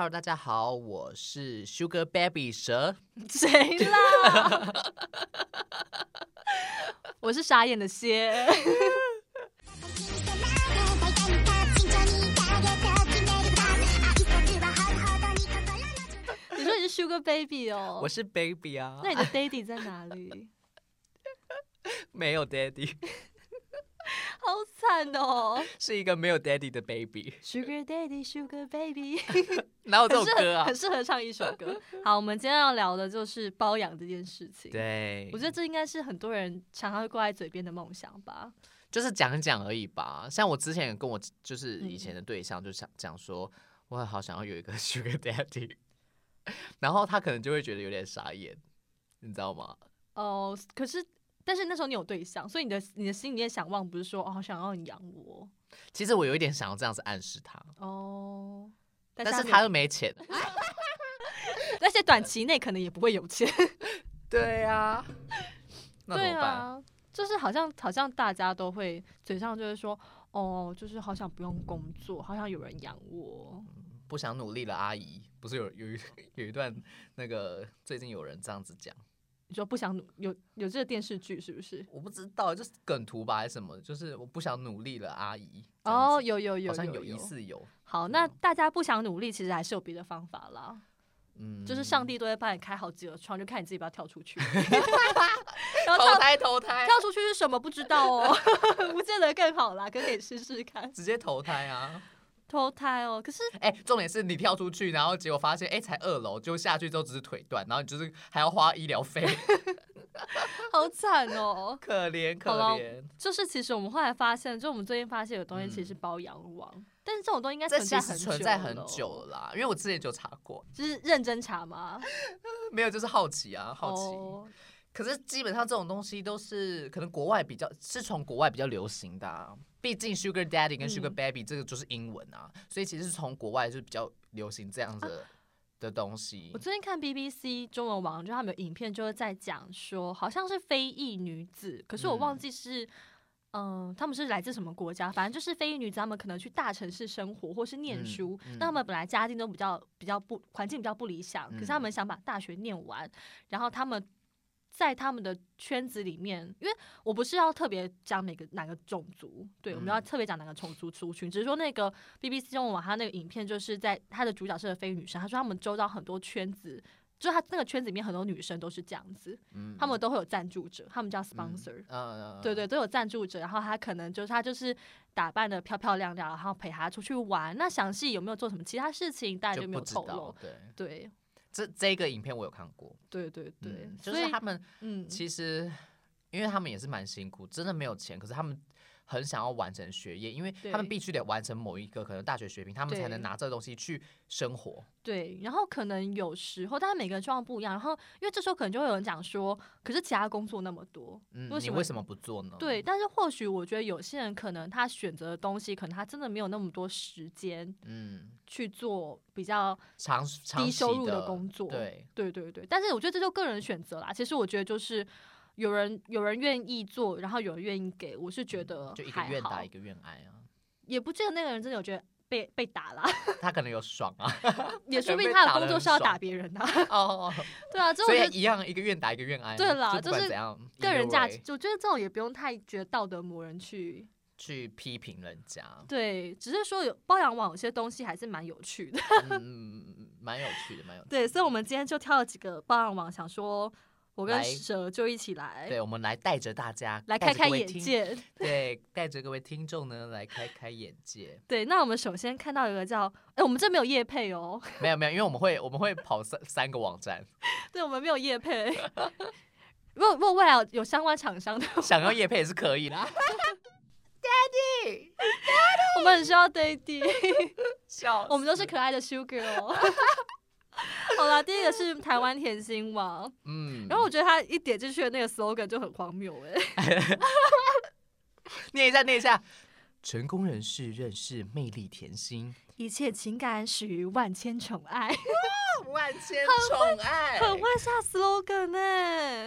Hello， 大家好，我是 Sugar Baby 蛇。 谁啦？我是傻眼的蝎。你说你是 Sugar Baby 哦？ 我是 Baby 啊。 那你的 Daddy 在哪里？ 没有 Daddy。 好惨哦！ 是一个没有 Daddy 的 Baby。Sugar Daddy，Sugar Baby， 哪有这首歌啊？ 很适合唱一首歌。好，我们今天要聊的就是包养这件事情。 对， 我觉得这应该是很多人常常会挂在嘴边的梦想吧。 就是讲一讲而已吧。像我之前也跟我就是以前的对象就想讲说，我好想要有一个 Sugar Daddy， 然后他可能就会觉得有点傻眼，你知道吗？ 哦，可是。但是那时候你有对象，所以你的心里面想望不是说好想要你养我。 其实我有一点想要这样子暗示他哦， 但是他又没钱， 而且短期内可能也不会有钱。 对啊，那怎么办？ 啊，就是好像大家都会嘴上就是说哦，就是好想不用工作，好想有人养我， 不想努力了，阿姨。不是有一段那个最近有人这样子讲。 你说不想有这个电视剧是不是？ 我不知道，就是梗图吧还是什么？就是我不想努力了，阿姨。 哦，有， 好像有疑似有。 好，那大家不想努力，其实还是有别的方法啦。就是上帝都会帮你开好几个窗，就看你自己要不要跳出去。 然后投胎， 跳出去是什么不知道哦，不见得更好啦，可以试试看。 直接投胎啊！ 投胎哦，可是重点是你跳出去，然后结果发现才2楼，就下去之后只是腿断，然后你就是还要花医疗费， 好惨哦， 可怜。 就是其实我们后来发现，就我们最近发现有东西其实是包养网，但是这种东西应该存在很久了啦，因为我之前就查过。 就是认真查吗？ 没有，就是好奇啊，好奇。可是基本上这种东西都是可能从国外比较流行的啊。毕竟 Sugar Daddy 跟 Sugar Baby 这个就是英文啊，所以其实是从国外就比较流行这样子的东西。 我最近看 BBC 中文网，就他们有影片就是在讲说，好像是非裔女子，可是我忘记是他们是来自什么国家，反正就是非裔女子，他们可能去大城市生活或是念书，那他们本来家境都比较不环境比较不理想，可是他们想把大学念完，然后他们在他们的圈子里面，因为我不是要特别讲哪个种族，对，我们要特别讲哪个种族族群，只是说那个 BBC 中文网他那个影片就是在他的主角是个非裔女生，他说他们周遭很多圈子，就是他那个圈子里面很多女生都是这样子，他们都会有赞助者，他们叫 sponsor，对，都有赞助者，然后他可能他就是打扮的漂漂亮亮，然后陪他出去玩，那详细有没有做什么其他事情，大家就没有透露，对。 这个影片我有看过， 对， 就是他们其实因为他们也是蛮辛苦，真的没有钱，可是他们很想要完成学业，因为他们必须得完成某一个可能大学学评，他们才能拿这个东西去生活。对， 然后可能有时候，但是每个人状况不一样，然后因为这时候可能就会有人讲说，可是其他工作那么多， 你为什么不做呢？ 对，但是或许我觉得有些人可能他选择的东西，可能他真的没有那么多时间，去做比较低收入的工作。对，但是我觉得这就个人选择啦。其实我觉得就是有人愿意做，然后有人愿意给，我是觉得就一个愿打一个愿挨啊。 也不记得那个人真的有觉得被打啦， 他可能有爽啊， 也说不定他的工作是要打别人的啊。对啊， 所以一样，一个愿打一个愿挨。 对啦， 就是怎样个人价值，我觉得这种也不用太觉得道德魔人去批评人家。对， 只是说有包养网有些东西还是蛮有趣的， 蛮有趣的。 对，所以我们今天就挑了几个包养网，想说我跟蛇就一起来， 对，我们来带着大家来开开眼界， 对，带着各位听众呢来开开眼界。 对，那我们首先看到一个叫，我们这没有业配哦， 没有，因为我们会跑三个网站， 对，我们没有业配。如果未来有相关厂商的想要业配也是可以啦。Daddy， 我们很需要 Daddy， 我们都是可爱的 Sugar 哦。好啦，第一个是台湾甜心网，然后我觉得他一点进去的那个 slogan 就很荒谬念一下，成功人士认识魅力甜心， 一切情感始于万千宠爱。 万千宠爱， 很会下 slogan 呢。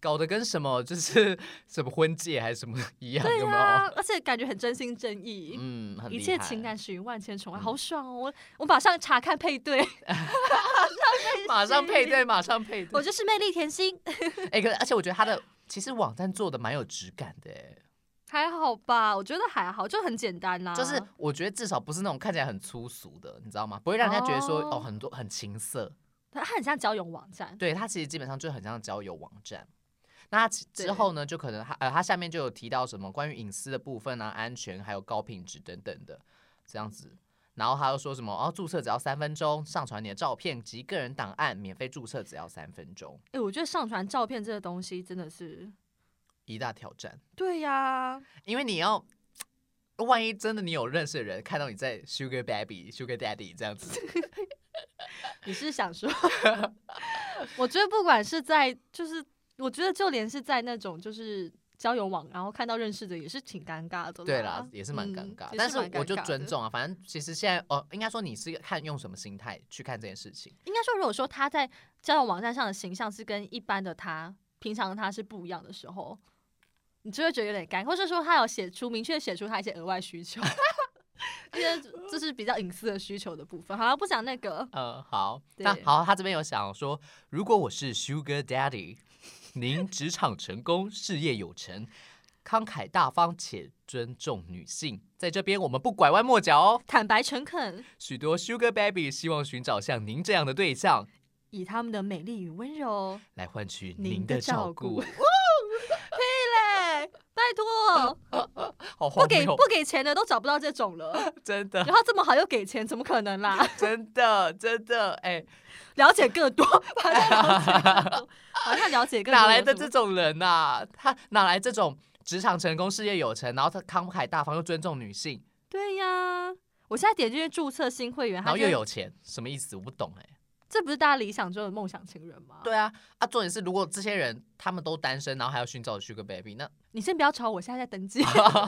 搞得跟什么就是什么婚戒还是什么一样， 对有没有？ 而且感觉很真心真意， 很厉害， 一切情感始于万千宠爱，好爽哦！我马上查看配对， 马上配对，马上配对， 我就是魅力甜心。 而且我觉得他的其实网站做的蛮有质感的还好吧，我觉得还好，就很简单啦。 就是我觉得至少不是那种看起来很粗俗的，你知道吗？不会让人家觉得说很多很情色。 它很像交友网站， 对，它其实基本上就很像交友网站。那它之后呢，就可能它下面就有提到什么关于隐私的部分啊、安全还有高品质等等的这样子。然后他又说什么注册只要3分钟，上传你的照片及个人档案，免费注册只要3分钟。 我觉得上传照片这个东西真的是一大挑战。 对呀， 因为你要，万一真的你有认识的人看到你在 Sugar Baby、Sugar Daddy 这样子， 你是想说？我觉得不管是在，就是我觉得就连是在那种就是交友网，然后看到认识的也是挺尴尬的。 对啦，也是蛮尴尬。但是我就尊重啊，反正其实现在应该说你是看用什么心态去看这件事情。 应该说，如果说他在交友网站上的形象是跟一般的他、平常的他是不一样的时候，你就会觉得有点尴尬，或者说他有明确写出他一些额外需求。因为这是比较隐私的需求的部分。好了，不讲那个。 好，那好，他这边有想说，如果我是 Sugar Daddy， 您职场成功，事业有成，慷慨大方且尊重女性，在这边我们不拐弯抹角哦， 坦白诚恳。 许多 Sugar Baby 希望寻找像您这样的对象， 以他们的美丽与温柔来换取您的照顾。 屁嘞！拜托， 好荒谬， 不给钱的都找不到这种了， 真的。 然后这么好又给钱，怎么可能啦？ 真的， 了解更多，马上了解更多。 哪来的这种人啊？他哪来这种职场成功、事业有成，然后他慷慨大方又尊重女性？ 对呀，我现在点进去注册新会员， 然后又有钱，什么意思？我不懂这不是大家理想中的梦想情人吗？ 对啊，重点是如果这些人他们都单身，然后还要寻找 Sugar Baby， 那你先不要吵我，现在在登记，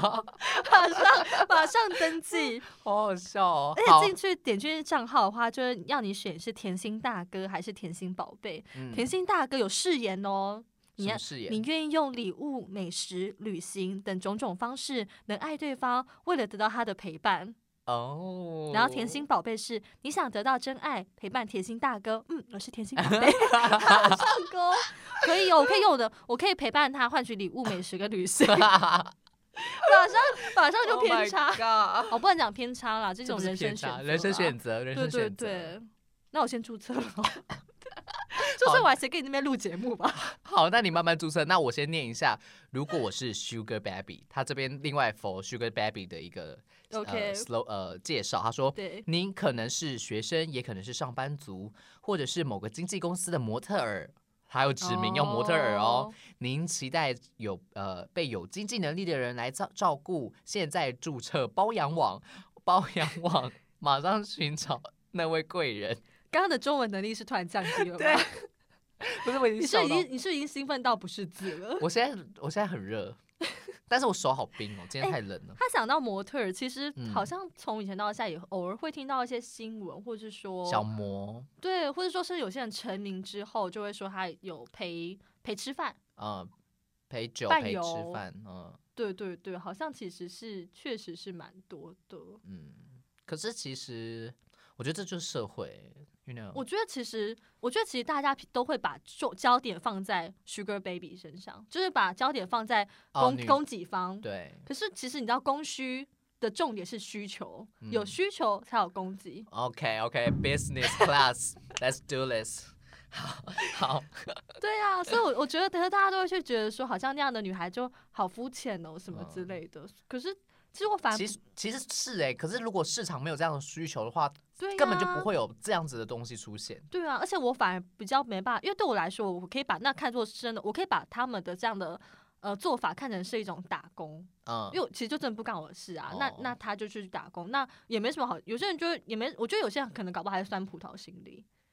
马上登记， 好好笑哦。 而且进去点进去账号的话，就是要你选是甜心大哥还是甜心宝贝。甜心大哥有誓言哦，你愿意用礼物、美食、旅行等种种方式，能爱对方，为了得到他的陪伴。然后甜心宝贝是你想得到真爱，陪伴甜心大哥。我是甜心宝贝，上钩可以哦，我可以陪伴他，换取礼物、美食跟旅行。马上就偏差，我不能讲偏差啦，这种人生选择，对。那我先注册了。注册完谁跟你那边录节目吧？ 好，那你慢慢注册。那我先念一下，如果我是 Sugar Baby， 他这边另外 for Sugar Baby 的一个介绍，他说，您可能是学生，也可能是上班族，或者是某个经纪公司的模特儿，还有指明用模特儿哦。您期待被有经济能力的人来照顾，现在注册包养网，马上寻找那位贵人。 刚刚的中文能力是突然降低了吗？ 对，不是我已经你是已经兴奋到不识字了。 我现在很热，但是我手好冰哦，今天太冷了。 他想到模特儿，其实好像从以前到现在也偶尔会听到一些新闻，或是说小模， 对，或者说是有些人成名之后就会说他有陪吃饭， 陪酒陪吃饭， 对，好像其实确实是蛮多的。 可是其实我觉得这就是社会。 我觉得其实大家都会把焦点放在 Sugar Baby 身上，就是把焦点放在供给方。 对。 可是其实你知道，供需的重点是需求，有需求才有供给。 OK，business class，let's do this 好。 对啊，所以我觉得大家都会去觉得说，好像那样的女孩就好肤浅哦，什么之类的。可是其实我其实是可是如果市场没有这样的需求的话，根本就不会有这样子的东西出现。 对啊，而且我反而比较没办法，因为对我来说，我可以把那看作真的，我可以把他们的这样的做法看成是一种打工。因为其实就真的不干我的事啊。那他就去打工，那也没什么好。有些人就也没，我觉得有些人可能搞不好还是酸葡萄心理。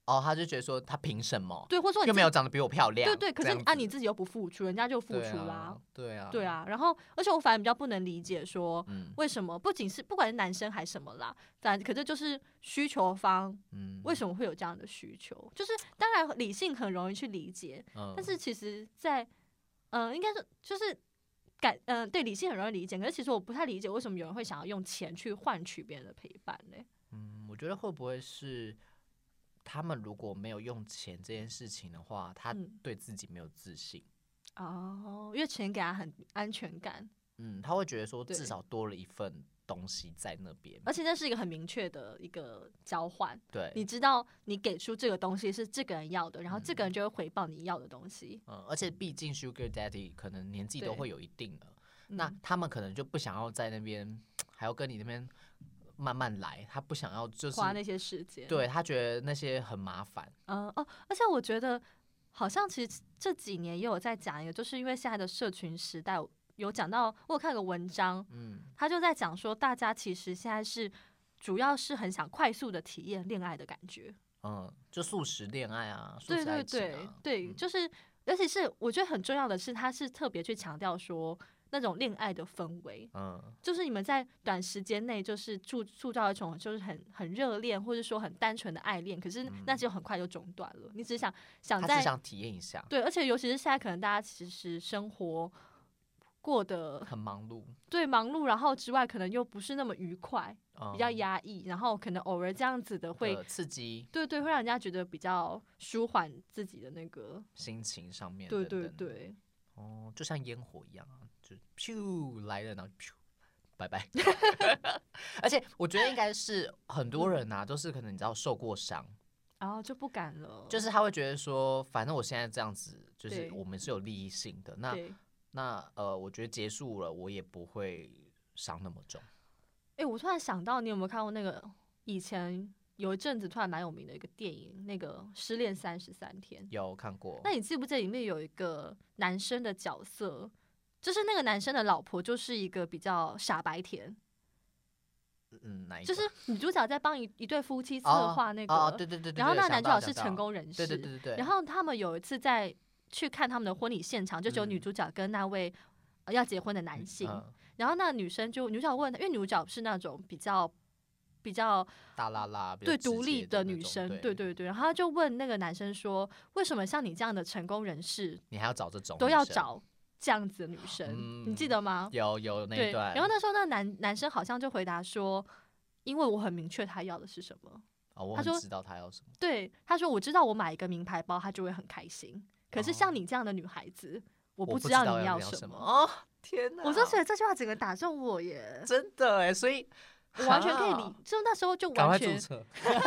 哦，他就觉得说他凭什么？ 对，或者说又没有长得比我漂亮。 对，可是你自己又不付出，人家就付出啦。 对啊。 然后而且我反而比较不能理解说，为什么不管是男生还是什么啦，可是就是需求方，为什么会有这样的需求？就是当然理性很容易去理解，但是其实在应该说就是对，理性很容易理解，可是其实我不太理解为什么有人会想要用钱去换取别人的陪伴呢？ 我觉得会不会是他们如果没有用钱这件事情的话，他对自己没有自信。 因为钱给他很安全感。 他会觉得说至少多了一份东西在那边， 而且那是一个很明确的一个交换。 对， 你知道你给出这个东西是这个人要的，然后这个人就会回报你要的东西。 而且毕竟 Sugar Daddy 可能年纪都会有一定的，那他们可能就不想要在那边还要跟你那边慢慢来，他不想要就是花那些时间， 对，他觉得那些很麻烦。 而且我觉得好像其实这几年也有在讲一个，就是因为现在的社群时代。有讲到，我有看个文章，他就在讲说，大家其实现在是主要是很想快速的体验恋爱的感觉， 就速食恋爱啊，速食爱情啊， 对，就是尤其是我觉得很重要的是，他是特别去强调说那种恋爱的氛围，就是你们在短时间内就是塑造一种就是很热恋或者说很单纯的爱恋，可是那就很快就中断了，你只想他只想体验一下， 对，而且尤其是现在可能大家其实生活过得很忙碌， 对，忙碌，然后之外可能又不是那么愉快，比较压抑，然后可能偶尔这样子的会刺激， 对，会让人家觉得比较舒缓自己的那个心情上面， 对， 就像烟火一样啊，就咻来了，然后咻拜拜。而且我觉得应该是很多人啊，都是可能你知道受过伤， 然后就不敢了， 就是他会觉得说，反正我现在这样子，就是我们是有利益性的，那我觉得结束了，我也不会伤那么重。 我突然想到，你有没有看过那个以前有一阵子突然蛮有名的一个电影，那个《失恋33天》？ 有看过。 那你记不记得里面有一个男生的角色，就是那个男生的老婆就是一个比较傻白甜。 哪一个？ 就是女主角在帮一对夫妻策划那个， 对， 然后那个男主角是成功人士， 对。 然后他们有一次去看他们的婚礼现场，就只有女主角跟那位要结婚的男性，然后那女生女主角问，因为女主角是那种比较大啦啦， 对，独立的女生，对，然后他就问那个男生说，为什么像你这样的成功人士， 你还要找这种都要找这样子的女生，你记得吗？ 有那一段。 然后那时候那男生好像就回答说，因为我很明确他要的是什么。 我很知道他要什么。 对，他说我知道我买一个名牌包，他就会很开心。可是像你这样的女孩子，我不知道你要什么。 天哪！ 我就觉得这句话整个打中我耶， 真的哎，所以我完全可以理，就那时候就完全。 赶快注册。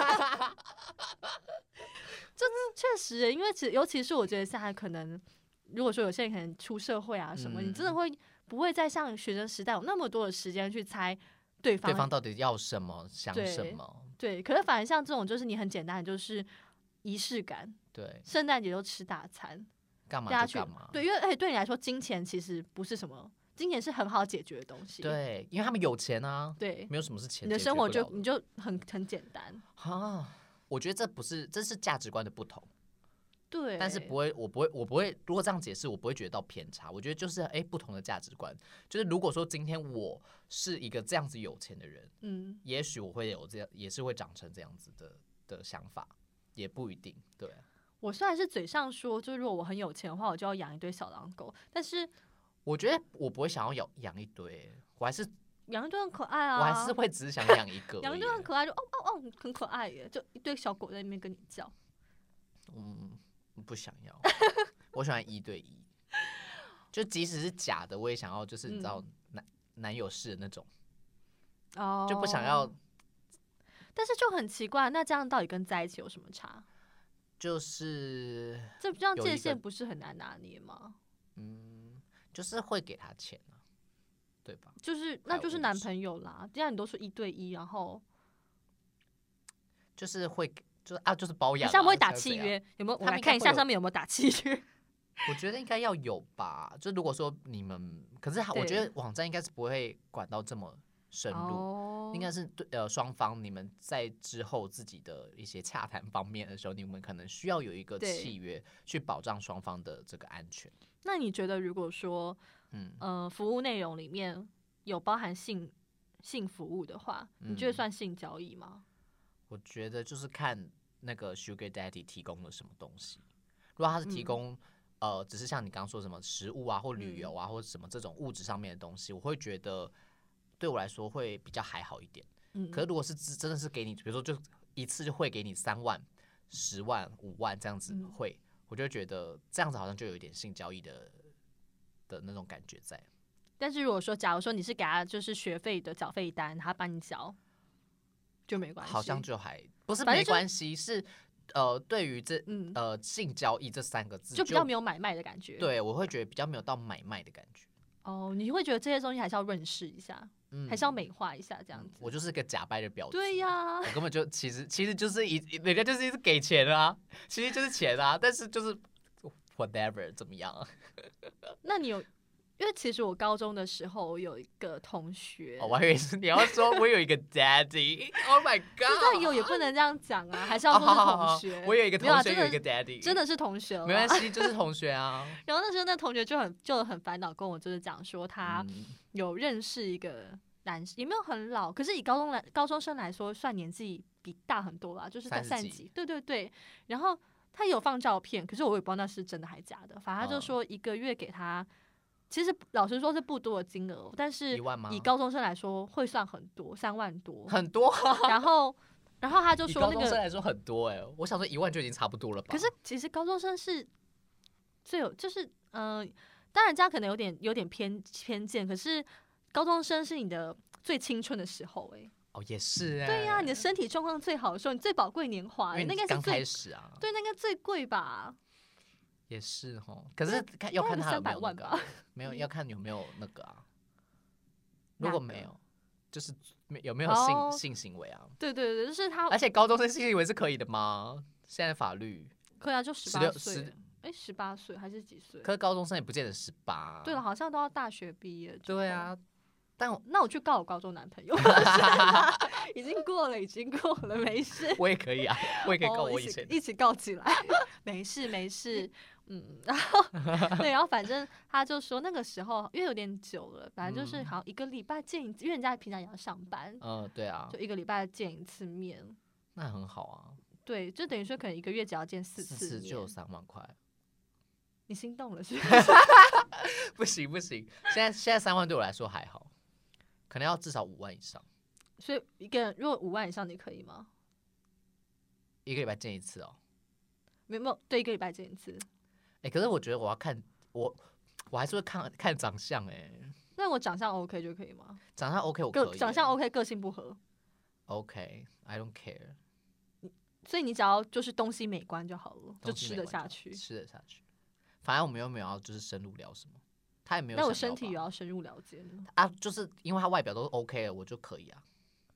就是确实，因为尤其是我觉得现在可能，如果说有些人可能出社会啊什么，你真的不会再像学生时代有那么多的时间去猜对方到底要什么、想什么。 对，可是反而像这种，就是你很简单，就是仪式感。 对， 圣诞节就吃大餐， 干嘛就干嘛。 对，因为对你来说，金钱其实不是什么，金钱是很好解决的东西。 对，因为他们有钱啊。 对， 没有什么是钱。 你的生活你就很简单。 我觉得这是价值观的不同。 对， 但是我不会，如果这样解释，我不会觉得到偏差。我觉得就是不同的价值观，就是如果说今天我是一个这样子有钱的人，也许我会有这样，也是会长成这样子的想法，也不一定。对， 我虽然是嘴上说，就是如果我很有钱的话，我就要养一堆小狼狗，但是我觉得我不会想要养一堆，我还是养一堆很可爱啊， 我还是会只是想养一个， 养一堆很可爱，就很可爱耶，就一堆小狗在那边跟你叫。 不想要，我喜欢1对1，就即使是假的，我也想要，就是你知道男友式的那种，就不想要。 但是就很奇怪，那这样到底跟在一起有什么差？ 就是这样界限不是很难拿捏吗？ 就是会给他钱啊，对吧？ 那就是男朋友啦。既然你都说1对1，然后就是会。就是包养。 像不会打契约？有没有？我来看一下上面有没有打契约。 我觉得应该要有吧。就如果说你们，可是我觉得网站应该是不会管到这么深入。应该是双方你们在之后自己的一些洽谈方面的时候，你们可能需要有一个契约去保障双方的这个安全。 那你觉得如果说服务内容里面有包含性服务的话，你觉得算性交易吗？ 我觉得就是看那个 Sugar Daddy 提供了什么东西。如果他是提供只是像你刚刚说什么食物啊或旅游啊或者什么这种物质上面的东西，我会觉得对我来说会比较还好一点。可是如果是真的是给你，比如说就一次就会给你3万、10万、5万这样子会，我就觉得这样子好像就有一点性交易的那种感觉在。 但是如果说假如说你是给他就是学费的缴费单，他帮你缴就没关系， 好像就还不是没关系，是对于这性交易这3个字就比较没有买卖的感觉。 对，我会觉得比较没有到买卖的感觉。你会觉得这些东西还是要认识一下，还是要美化一下这样子。 我就是个假掰的婊子。 对呀， 我根本就其实就是人家就是一直给钱啊，其实就是钱啊，但是就是 whatever 怎么样啊？ 那你有？因为其实我高中的时候有一个同学， 我还以为是你要说我有一个 daddy，Oh my god！ 但也不能这样讲啊，还是要说是同学。 我有一个同学有一个 daddy， 真的是同学， 没关系，就是同学啊。 然后那时候那同学就很烦恼，跟我就是讲说他有认识一个男生，也没有很老，可是以高中生来说，算年纪比大很多啦，就是在30几。对对对，然后他有放照片，可是我也不知道那是真的还假的，反正他就说1个月给他。其实老实说是不多的金额，但是以高中生来说会算很多，3万多， 很多。 然后他就说以高中生来说很多我想说1万就已经差不多了吧。 可是其实高中生是最有就是当然这样可能有点偏见，可是高中生是你的最青春的时候也是对呀，你的身体状况最好的时候，你最宝贵年华那个是刚开始啊， 对，那个最贵吧。 也是可是要看他有没有那个没有要看有没有那个啊。如果没有，就是有没有性行为啊？ 对对对，就是他。 而且高中生性行为是可以的吗？现在法律可以啊，就18岁。18岁还是几岁？ 可是高中生也不见得18。 对了，好像都要大学毕业。 对啊， 那我去告我高中男朋友。已经过了，没事。 我也可以啊，我也可以告我以前一起告起来。没事。然后反正他就说那个时候因为有点久了，反正就是好像1个礼拜见一次，因为人家平常也要上班。 对啊， 就1个礼拜见1次面， 那很好啊。 对，就等于说可能1个月只要见4次面， 就有3万块。 你心动了是不是？不行，现在3万对我来说还好，可能要至少5万以上。 所以一个人如果5万以上，你可以吗 ？1个礼拜见1次没有，对，1个礼拜见1次。 可是我觉得我要看我还是会看长相那我长相 OK 就可以吗？ 长相 OK 我可以。 长相 OK， 个性不合 OK，I don't care。 所以你只要就是东西美观就好了，就吃得下去。 反正我们又没有要就是深入聊什么，他也没有。 那我身体也要深入了解呢啊，就是因为他外表都 OK 了，我就可以啊。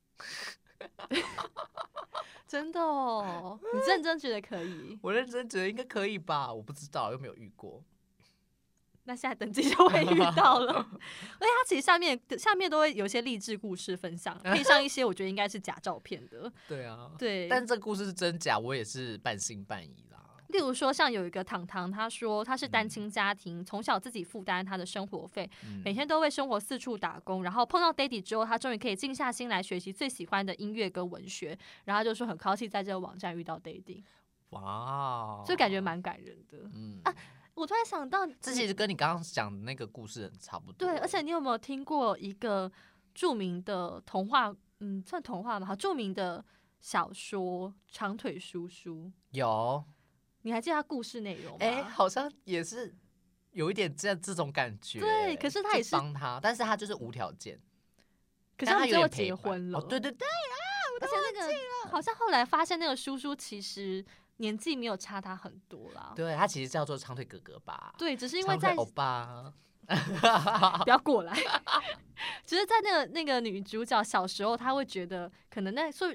真的你认真觉得可以？ 我认真觉得应该可以吧，我不知道，又没有遇过。 那下在登记就会遇到了。而且他其实下面都会有一些励志故事分享，配上一些我觉得应该是假照片的。 对啊， 对， 但这个故事是真假，我也是半信半疑啦。 例如说，像有一个糖糖，他说他是单亲家庭，从小自己负担他的生活费，每天都为生活四处打工，然后碰到 Daddy 之后，他终于可以静下心来学习最喜欢的音乐跟文学，然后他就说很高兴在这个网站遇到 Daddy。哇，所以感觉蛮感人的。我突然想到， 这其实跟你刚刚讲的那个故事很差不多。 对，而且你有没有听过一个著名的童话？算童话吗？好，著名的小说《长腿叔叔》。 有。 你还记得他故事内容吗？ 好像也是有一点这种感觉。 对，可是他也是帮他，但是他就是无条件。 可是他最后结婚了。 对对对啊！ 而且那个好像后来发现那个叔叔其实年纪没有差他很多啦。 对，他其实叫做长腿哥哥吧。 对，只是因为在欧巴。 不要过来。只是在那个女主角小时候，她会觉得可能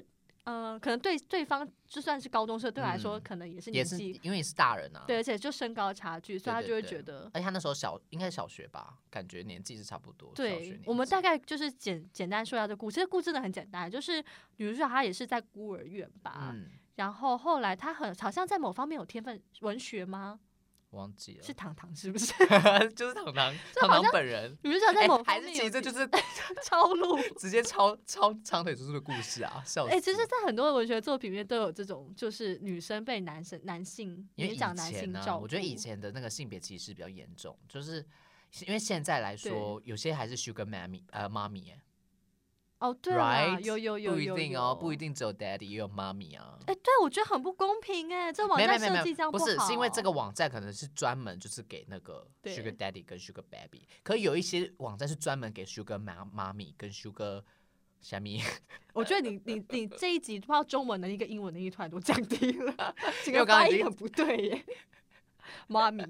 可能对方就算是高中生，对我来说可能也是年纪， 因为你是大人啊， 对，而且就身高差距，所以他就会觉得， 而且他那时候应该是小学吧，感觉年纪是差不多。 对，我们大概就是简单说一下这个故事，这个故事真的很简单，就是女主角她也是在孤儿院吧，然后后来她好像在某方面有天分，文学吗？ 忘记了， 是糖糖是不是？ 就是糖糖本人。 女主角在某方面还是其实这就是抄录， 直接抄长腿叔叔的故事啊！笑死。 其实，在很多的文学作品里面都有这种，就是女生被男性年长男性照顾。 我觉得以前的那个性别歧视比较严重，就是因为现在来说，有些还是 Sugar妈咪。 哦，对啊， right? 有， 不一定哦，不一定只有 daddy 也有妈咪啊。 对，我觉得很不公平这网站设计这样不是因为这个网站可能是专门就是给那个 Sugar daddy 跟 Sugar baby， 可有一些网站是专门给 Sugar 妈咪跟 Sugar 虾米。 我觉得你这一集不知道中文能力跟英文能力突然都降低了，这个发音很不对耶，妈咪。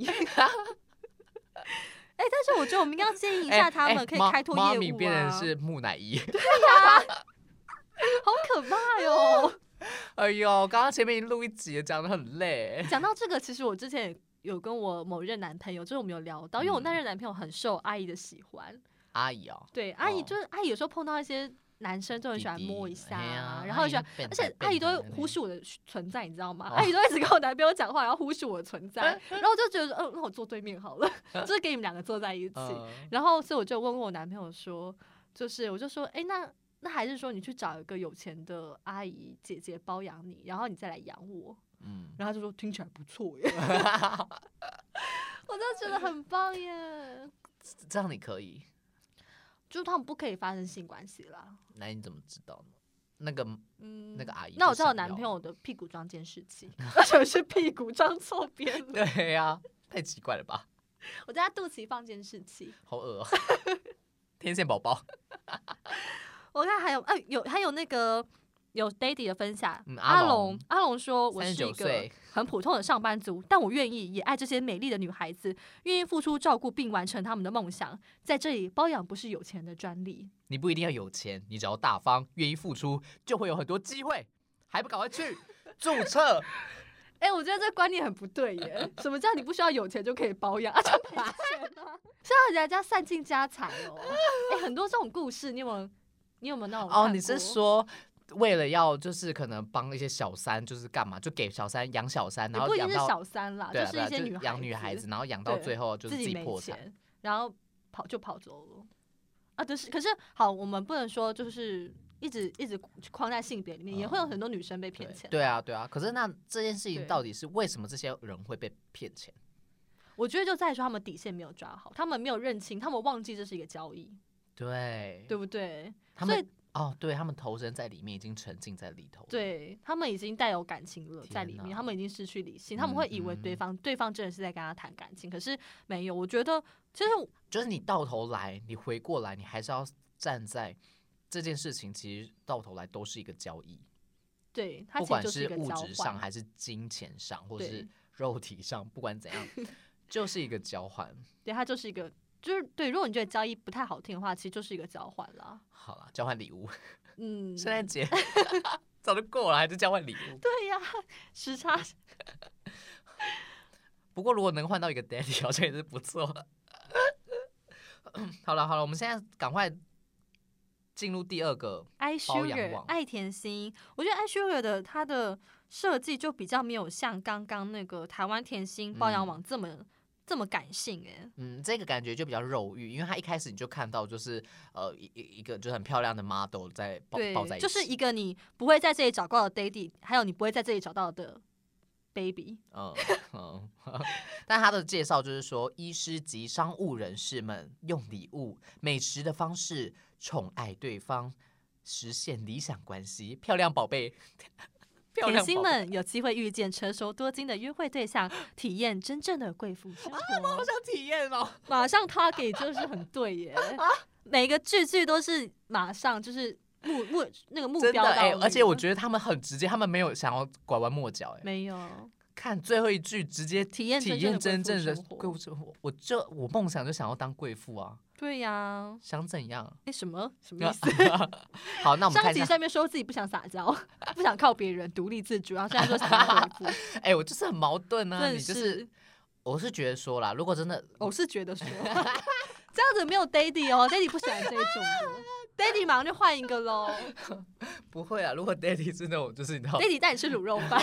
但是我觉得我们应该要建议一下他们可以开拓业务啊。妈咪变成是木乃伊。 对呀，好可怕哟！ 哎呦，刚刚前面已经录一集了，讲得很累。 讲到这个，其实我之前有跟我某任男朋友，就是我们有聊到，因为我那任男朋友很受阿姨的喜欢。 阿姨哦。 对，阿姨就是阿姨，有时候碰到一些男生就很喜欢摸一下然后很喜欢，而且阿姨都会忽视我的存在，你知道吗？阿姨都一直跟我男朋友讲话，然后忽视我的存在，然后我就觉得，那我坐对面好了，就是给你们两个坐在一起。然后，所以我就问我男朋友说，就是我就说，那还是说你去找一个有钱的阿姨姐姐包养你，然后你再来养我。然后他就说听起来不错耶，我就觉得很棒耶。 这样你可以。 就他们不可以发生性关系啦。 那你怎么知道呢？那个阿姨， 那我知道我男朋友的屁股装监视器，而且是屁股装错边了。 对呀，太奇怪了吧？ 我在他肚脐放监视器， 好恶哦。天线宝宝。 我看还有那个。有 Daddy 的分享，阿龙说：“我是一个很普通的上班族，但我愿意也爱这些美丽的女孩子，愿意付出照顾并完成他们的梦想。在这里，包养不是有钱人的专利。 你不一定要有钱，你只要大方，愿意付出，就会有很多机会。还不赶快去注册？” 我觉得这观念很不对耶。什么叫你不需要有钱就可以包养啊？就没钱啊？是要人家散尽家财哦。很多这种故事，你有没有那种？ 你是说？为了要就是可能帮一些小三，就是干嘛就给小三养小三，然后养到不一定是小三啦，就是一些养女孩子，然后养到最后就是自己破产， 然后跑走了啊！可是好，我们不能说就是一直框在性别里面，也会有很多女生被骗钱。 对啊。可是那这件事情到底是为什么这些人会被骗钱？ 我觉得就在于说他们底线没有抓好，他们没有认清，他们忘记这是一个交易，对不对？所以。 对，他们投身在里面，已经沉浸在里头了。 对，他们已经带有感情了在里面，他们已经失去理性，他们会以为对方真的是在跟他谈感情，可是没有。我觉得其实就是你到头来，你回过来，你还是要站在这件事情，其实到头来都是一个交易。 对，它不管是物质上，还是金钱上，或是肉体上，不管怎样，就是一个交换。 对，它就是一个。就是对，如果你觉得交易不太好听的话，其实就是一个交换啦。 好啦，交换礼物。圣诞节早就过了，还是交换礼物？ 对呀，时差。 不过如果能换到一个 daddy， 好像也是不错。好了，我们现在赶快进入第二个包养网。 爱甜心，我觉得爱 Sugar 的它的设计就比较没有像刚刚那个台湾甜心包养网这么感性这个感觉就比较肉欲，因为他一开始你就看到就是一个就很漂亮的 model 在抱在一起， 就是一个你不会在这里找到的 daddy， 还有你不会在这里找到的 baby。 但他的介绍就是说，医师及商务人士们用礼物、美食的方式宠爱对方，实现理想关系。漂亮宝贝。 甜心们有机会遇见成熟多金的约会对象，体验真正的贵妇生活。 我好想体验哦！ 马上 target 就是很对耶，每个句都是马上就是那个目标到而且我觉得他们很直接，他们没有想要拐弯抹角没有。 看最后一句直接体验真正的贵妇生活，我梦想就想要当贵妇啊。 对呀， 想怎样？ 什么意思？ 好，那我们看一下。 上集上面说自己不想撒娇，不想靠别人独立自主，然后现在说想当贵妇。 我就是很矛盾啊！你就是，我是觉得说啦，如果真的， 我是觉得说这样子没有 daddy 哦 ，daddy 不喜欢这一种的，daddy 马上就换一个喽。 不会啊，如果 daddy 是那种，就是你知道 ，daddy 带你吃卤肉饭。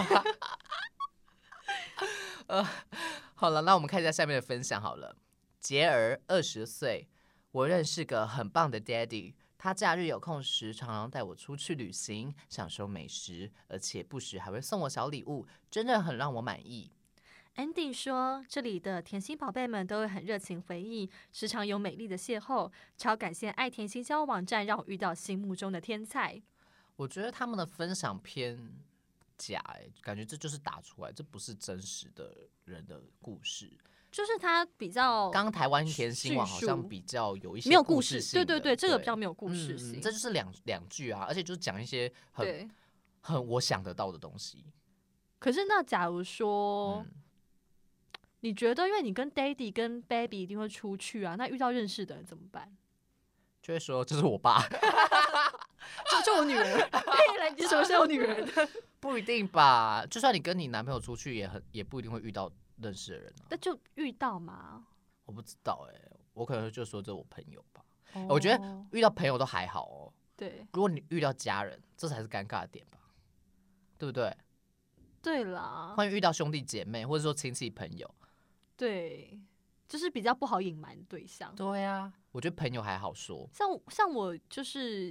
好了，那我们看一下下面的分享好了。杰儿20岁，我认识个很棒的 daddy， 他假日有空时常常带我出去旅行，享受美食，而且不时还会送我小礼物，真的很让我满意。 Andy 说，这里的甜心宝贝们都会很热情回忆，时常有美丽的邂逅，超感谢爱甜心交友网站让我遇到心目中的天才。 我觉得他们的分享偏假，感觉这就是打出来，这不是真实的人的故事。 就是他比较， 刚台湾甜心网好像比较有一些没有故事性的，对，这个比较没有故事性， 这就是两句啊，而且就是讲一些很我想得到的东西。 可是那假如说，你觉得因为你跟 Daddy 跟 Baby 一定会出去啊，那遇到认识的人怎么办？ 就会说这是我爸， 就我女儿，来你什么是我女儿的？ 不一定吧，就算你跟你男朋友出去也不一定会遇到认识的人啊。 那就遇到嘛？ 我不知道我可能就说这是我朋友吧。我觉得遇到朋友都还好哦。 对， 如果你遇到家人，这才是尴尬的点吧，对不对？ 对啦， 欢迎遇到兄弟姐妹或者说亲戚朋友， 对，就是比较不好隐瞒对象。 对啊，我觉得朋友还好说。 像我就是，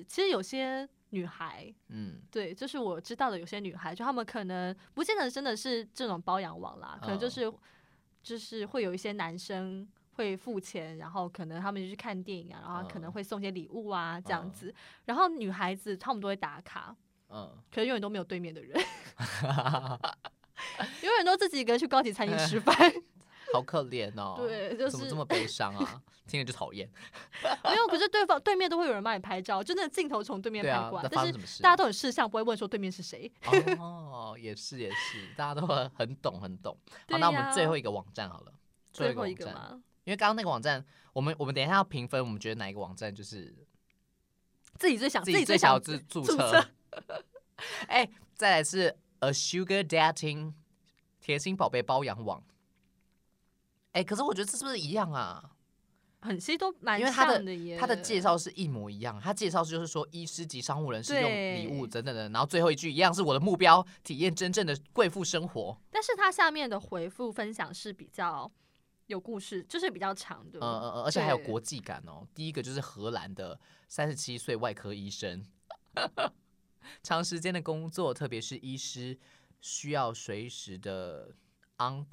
其实有些女孩，对，就是我知道的有些女孩，就她们可能不见得真的是这种包养网啦，可能就是会有一些男生会付钱，然后可能他们就去看电影啊，然后可能会送些礼物啊这样子，然后女孩子她们都会打卡，可是永远都没有对面的人，永远都自己一个人去高级餐厅吃饭。 好可怜哦！ 对，就是怎么这么悲伤啊？听着就讨厌。 没有，可是对面都会有人帮你拍照，真的镜头从对面拍过来，但是大家都很识相，不会问说对面是谁。 哦，也是，大家都很懂。好，那我们最后一个网站好了， 最后一个吗？ 因为刚刚那个网站，我们等一下要评分，我们觉得哪一个网站就是自己最想注册。再来是 A Sugar Dating 甜心宝贝包养网。可是我觉得这是不是一样啊？ 其实都蛮像的耶。 他的介绍是一模一样，他介绍就是说医师及商务人士用礼物等等的，然后最后一句一样是我的目标，体验真正的贵妇生活。 但是他下面的回复分享是比较有故事，就是比较长的， 而且还有国际感哦。第一个就是荷兰的37岁外科医生，长时间的工作，特别是医师需要随时的 on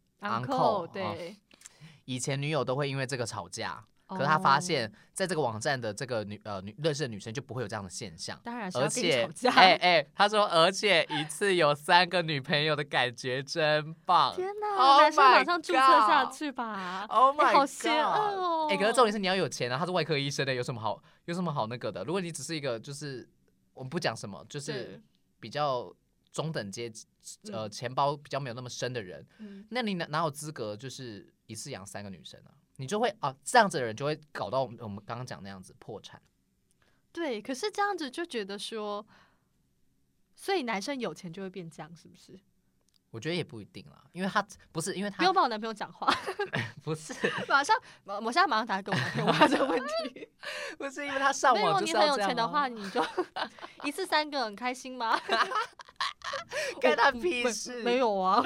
call， 对， 以前女友都会因为这个吵架，可是他发现在这个网站的这个认识的女生就不会有这样的现象。 当然是要跟你吵架。 他说而且一次有3个女朋友的感觉真棒。 天哪，男生马上注册下去吧。 Oh my god， 好邪恶哦。 可是重点是你要有钱啊，他是外科医生的，有什么好那个的？如果你只是一个就是我们不讲什么，就是比较中等阶钱包比较没有那么深的人，那你哪有资格就是一次养3个女生啊？你就会这样子的人就会搞到我们刚刚讲那样子破产。 对，可是这样子就觉得说，所以男生有钱就会变这样，是不是？ 我觉得也不一定啦，因为他不是因为他不用帮我男朋友讲话， 不是我现在马上打给我男朋友问这个问题， 不是因为他上网就是要这样。 如果你很有钱的话，你就一次3个，很开心吗？ 干他屁事！ 没有啊，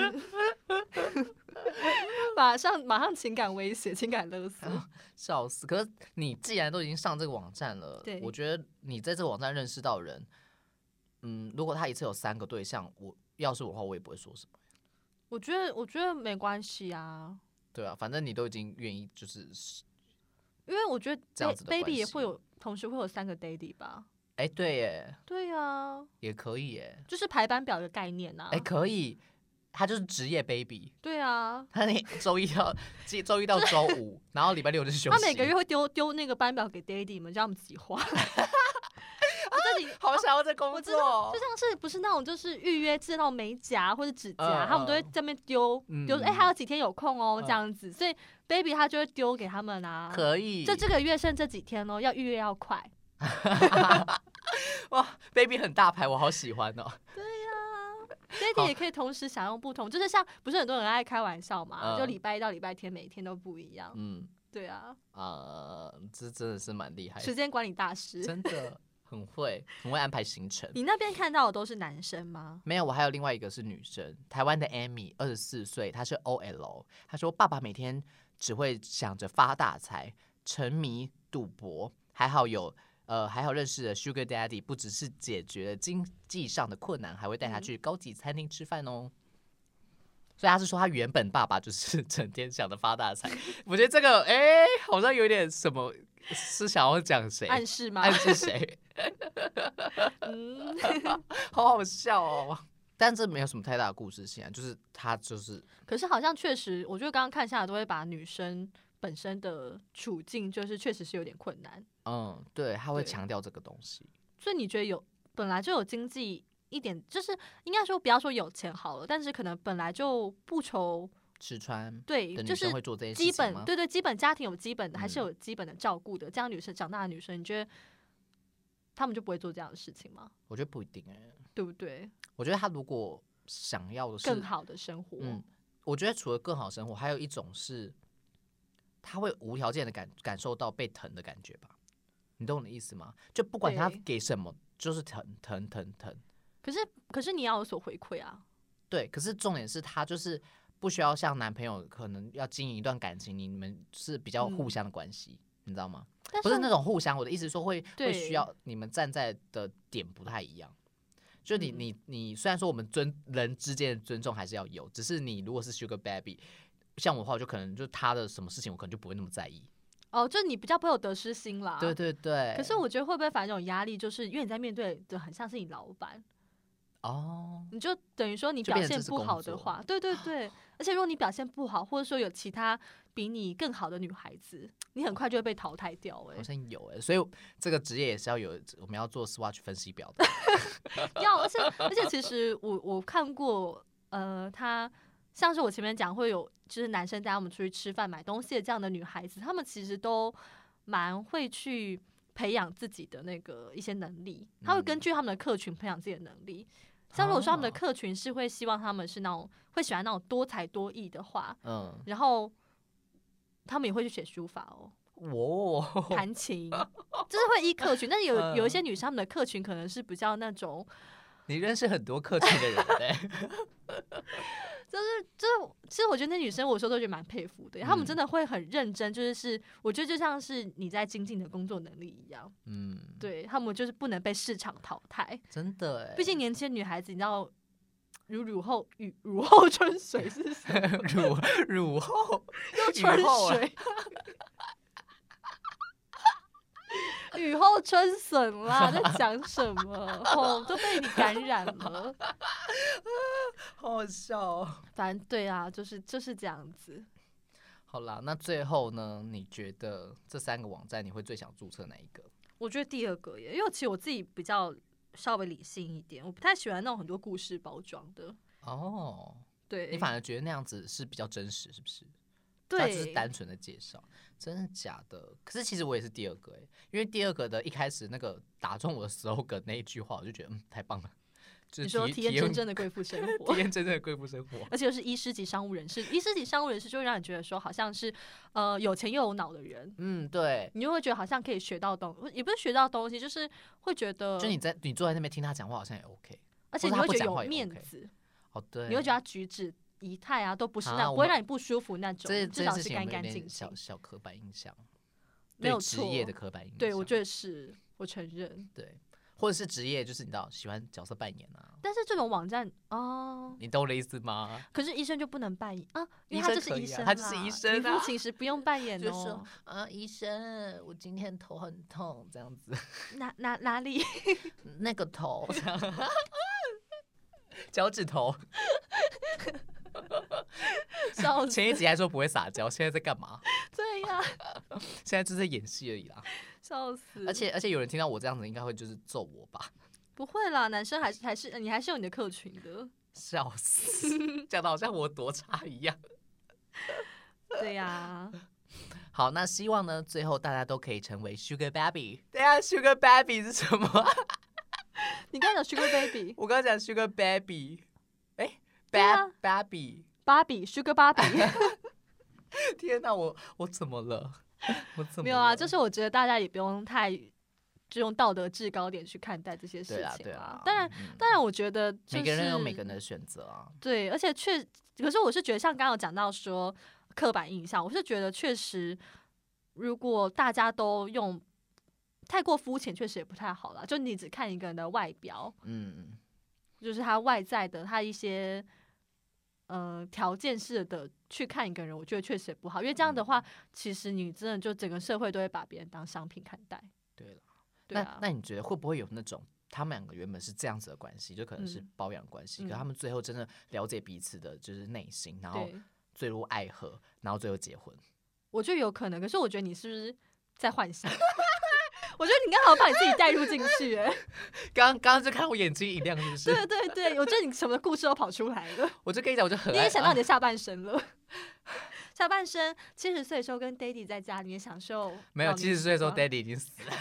马上情感威胁、情感勒索， 笑死！可是你既然都已经上这个网站了，我觉得你在这个网站认识到人，如果他一次有3个对象，要是我的话，我也不会说什么。 我觉得没关系啊。 对啊，反正你都已经愿意，就是因为我觉得这样子的 baby 也会有，同时会有3个 daddy 吧。 对耶， 对啊， 也可以耶， 就是排班表的概念啊。 可以，他就是职业 baby。 对啊， 他那周一到周五，然后礼拜6就是休息。 他每个月会丢那个班表给 daddy 们，叫他们自己画。我真你好想要这工作， 就像是不是那种就是预约制那种美甲或者指甲，他们都会在那边丢，还有几天有空哦，这样子，所以 baby 他就会丢给他们啊， 可以， 就这个月剩这几天哦，要预约要快。 哇 ，baby 很大牌，我好喜欢哦。 对呀，daddy 也可以同时享用不同，就是像不是很多人爱开玩笑嘛，就礼拜一到礼拜天每天都不一样。对啊， 这真的是蛮厉害的， 时间管理大师， 真的很会安排行程。 你那边看到的都是男生吗？ 没有，我还有另外一个是女生，台湾的 Amy， 24岁，她是 OL， 她说爸爸每天只会想着发大财，沉迷赌博，还好认识了 Sugar Daddy， 不只是解决了经济上的困难，还会带他去高级餐厅吃饭哦。所以他是说他原本爸爸就是整天想着发大财。我觉得这个好像有点什么，是想要讲谁？ 暗示吗？ 暗示谁？好好笑哦。但这没有什么太大的故事性啊，就是他就是。 可是好像确实，我觉得刚刚看下来都会把女生本身的处境，就是确实是有点困难。 对，他会强调这个东西。 所以你觉得本来就有经济一点，就是应该说不要说有钱好了，但是可能本来就不愁吃穿， 对， 就是会做这些事情吗？对，基本家庭有基本的，还是有基本的照顾的。这样女生长大的女生，你觉得他们就不会做这样的事情吗？ 我觉得不一定对不对？ 我觉得他如果想要的是更好的生活， 我觉得除了更好的生活，还有一种是他会无条件的感受到被疼的感觉吧。你懂我的意思吗？就不管他给什么，就是疼。 可是你要有所回馈啊。 对，可是重点是他就是不需要像男朋友，可能要经营一段感情，你们是比较互相的关系，你知道吗？不是那种互相，我的意思是说会需要你们站在的点不太一样。就你虽然说我们人之间的尊重还是要有，只是你如果是 Sugar Baby， 像我的话，我就可能就他的什么事情，我可能就不会那么在意。 就你比较不会有得失心啦。 对对对。 可是我觉得会不会反正这种压力，就是因为你在面对的很像是你老板。你就等于说你表现不好的话，对对对，而且如果你表现不好，或者说有其他比你更好的女孩子，你很快就会被淘汰掉。 好像有所以这个职业也是要有，我们要做 SWOT 分析表的。 要，而且其实我看过，他像是我前面讲会有就是男生带他们出去吃饭买东西的这样的女孩子，他们其实都蛮会去培养自己的那个一些能力，他会根据他们的客群培养自己的能力。像如果说他们的客群是会希望他们是那种会喜欢那种多才多艺的话，然后他们也会去学书法弹琴，就是会依客群。但是有一些女生，他们的客群可能是比较那种， 你认识很多客群的人其实我觉得那女生我说都觉得蛮佩服的，他们真的会很认真，就是我觉得就像是你在精进的工作能力一样，对，他们就是不能被市场淘汰， 真的毕竟年轻女孩子，你知道，乳后春水是什么？ 乳后又春水。雨后春笋啦，在讲什么？都被你感染了， 好好笑哦。 反正对啊，就是这样子。 好啦，那最后呢？你觉得这3个网站你会最想注册哪一个？ 我觉得第2个耶，因为其实我自己比较稍微理性一点，我不太喜欢那种很多故事包装的。 对，你反而觉得那样子是比较真实，是不是？ 对， 它就是单纯的介绍，真的假的？可是其实我也是第2个因为第2个的一开始那个打中我的 slogan 那一句话，我就觉得太棒了。 就是、你说体验真正的贵妇生活， 体验真正的贵妇生活， 而且又是医师级商务人士，医师级商务人士就会让你觉得说好像是有钱又有脑的人， 对， 你就会觉得好像可以学到也不是学到东西，就是会觉得， 就你坐在那边听他讲话好像也 OK， 而且你会觉得有面子， 对， 你会觉得他举止仪态啊都不是那不会让你不舒服那种，至少是干干净净。 小刻板印象， 没有错， 职业的刻板印象， 对我觉得是，我承认， 对。或者是职业，就是你知道喜欢角色扮演啊。 但是这种网站你懂我的意思吗？ 可是医生就不能扮演啊，因为他就是医生， 他就是医生， 名副其实不用扮演就说医生，我今天头很痛，这样子。 哪里？ 那个头，脚趾头。前一集还说不会撒娇，现在在干嘛？ 对呀， 现在就是在演戏而已啦。 笑死！ 而且有人听到我这样子，应该会就是揍我吧？ 不会啦，男生还是你还是有你的客群的。 笑死，讲的好像我多差一样。 对呀。 好，那希望呢，最后大家都可以成为 Sugar Baby。对啊 ，Sugar Baby 是什么？ 你刚刚讲 Sugar Baby， 我刚刚讲 Sugar Baby， Baby， 芭比 Sugar 芭比。 天哪，我怎么了？我怎么了？ 没有啊，就是我觉得大家也不用太就用道德制高点去看待这些事情对啊。 当然，我觉得每个人有每个人的选择啊。 对，而且可是我是觉得，像刚刚有讲到说刻板印象，我是觉得确实，如果大家都用太过肤浅，确实也不太好啦。就你只看一个人的外表，就是他外在的他一些条件式的去看一个人，我觉得确实也不好，因为这样的话，其实你真的就整个社会都会把别人当商品看待。 对了，那你觉得会不会有那种他们两个原本是这样子的关系，就可能是包养关系，可他们最后真的了解彼此的就是内心，然后坠入爱河，然后最后结婚？ 我觉得有可能，可是我觉得你是不是在幻想？我觉得你刚好把你自己带入进去， 刚刚就看我眼睛一亮，是不是？ 对，我觉得你什么故事都跑出来了。 我就跟你讲，我就很你也想到你的下半生了。下半生70岁的时候跟 Daddy 在家里面享受， 没有70岁的时候 Daddy 已经死了。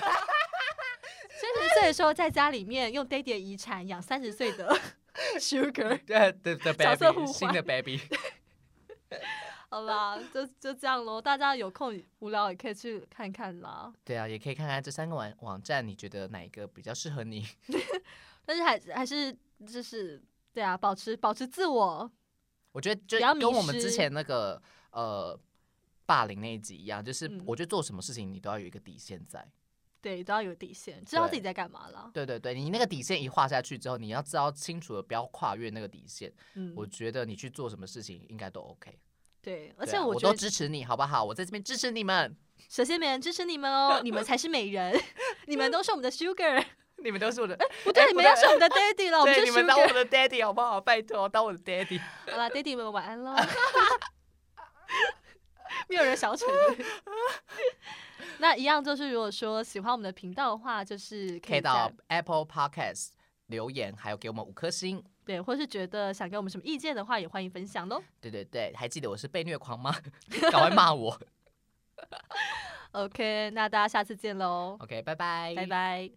70岁的时候在家里面用 Daddy 的遗产养30岁的 Sugar， 对角色互换， 新的 baby。 好啦，就这样咯，大家有空无聊也可以去看看啦。 对啊，也可以看看这3个网站，你觉得哪一个比较适合你？ 但是还是就是对啊，保持自我。 我觉得就跟我们之前那个霸凌那一集一样，就是我觉得做什么事情你都要有一个底线在。 对，都要有底线，知道自己在干嘛了。 对，你那个底线一画下去之后，你要知道清楚的，不要跨越那个底线。我觉得你去做什么事情应该都 OK。 对，而且我都支持你，好不好？我在这边支持你们。 蛇蝎美人支持你们哦，你们才是美人，你们都是我们的 Sugar， 你们都是我的。 不对，你们要是我们的 Daddy 了，我们是 Sugar。 你们当我的 Daddy 好不好？拜托，当我的 Daddy。 好啦 ，Daddy 们晚安喽。没有人想要承认。那一样就是，如果说喜欢我们的频道的话，就是可以到 Apple Podcast 留言，还有给我们5颗星。 对，或是觉得想给我们什么意见的话，也欢迎分享咯。 对，还记得我是被虐狂吗？赶快骂我。 OK， 那大家下次见喽。 OK， 拜拜。 拜拜。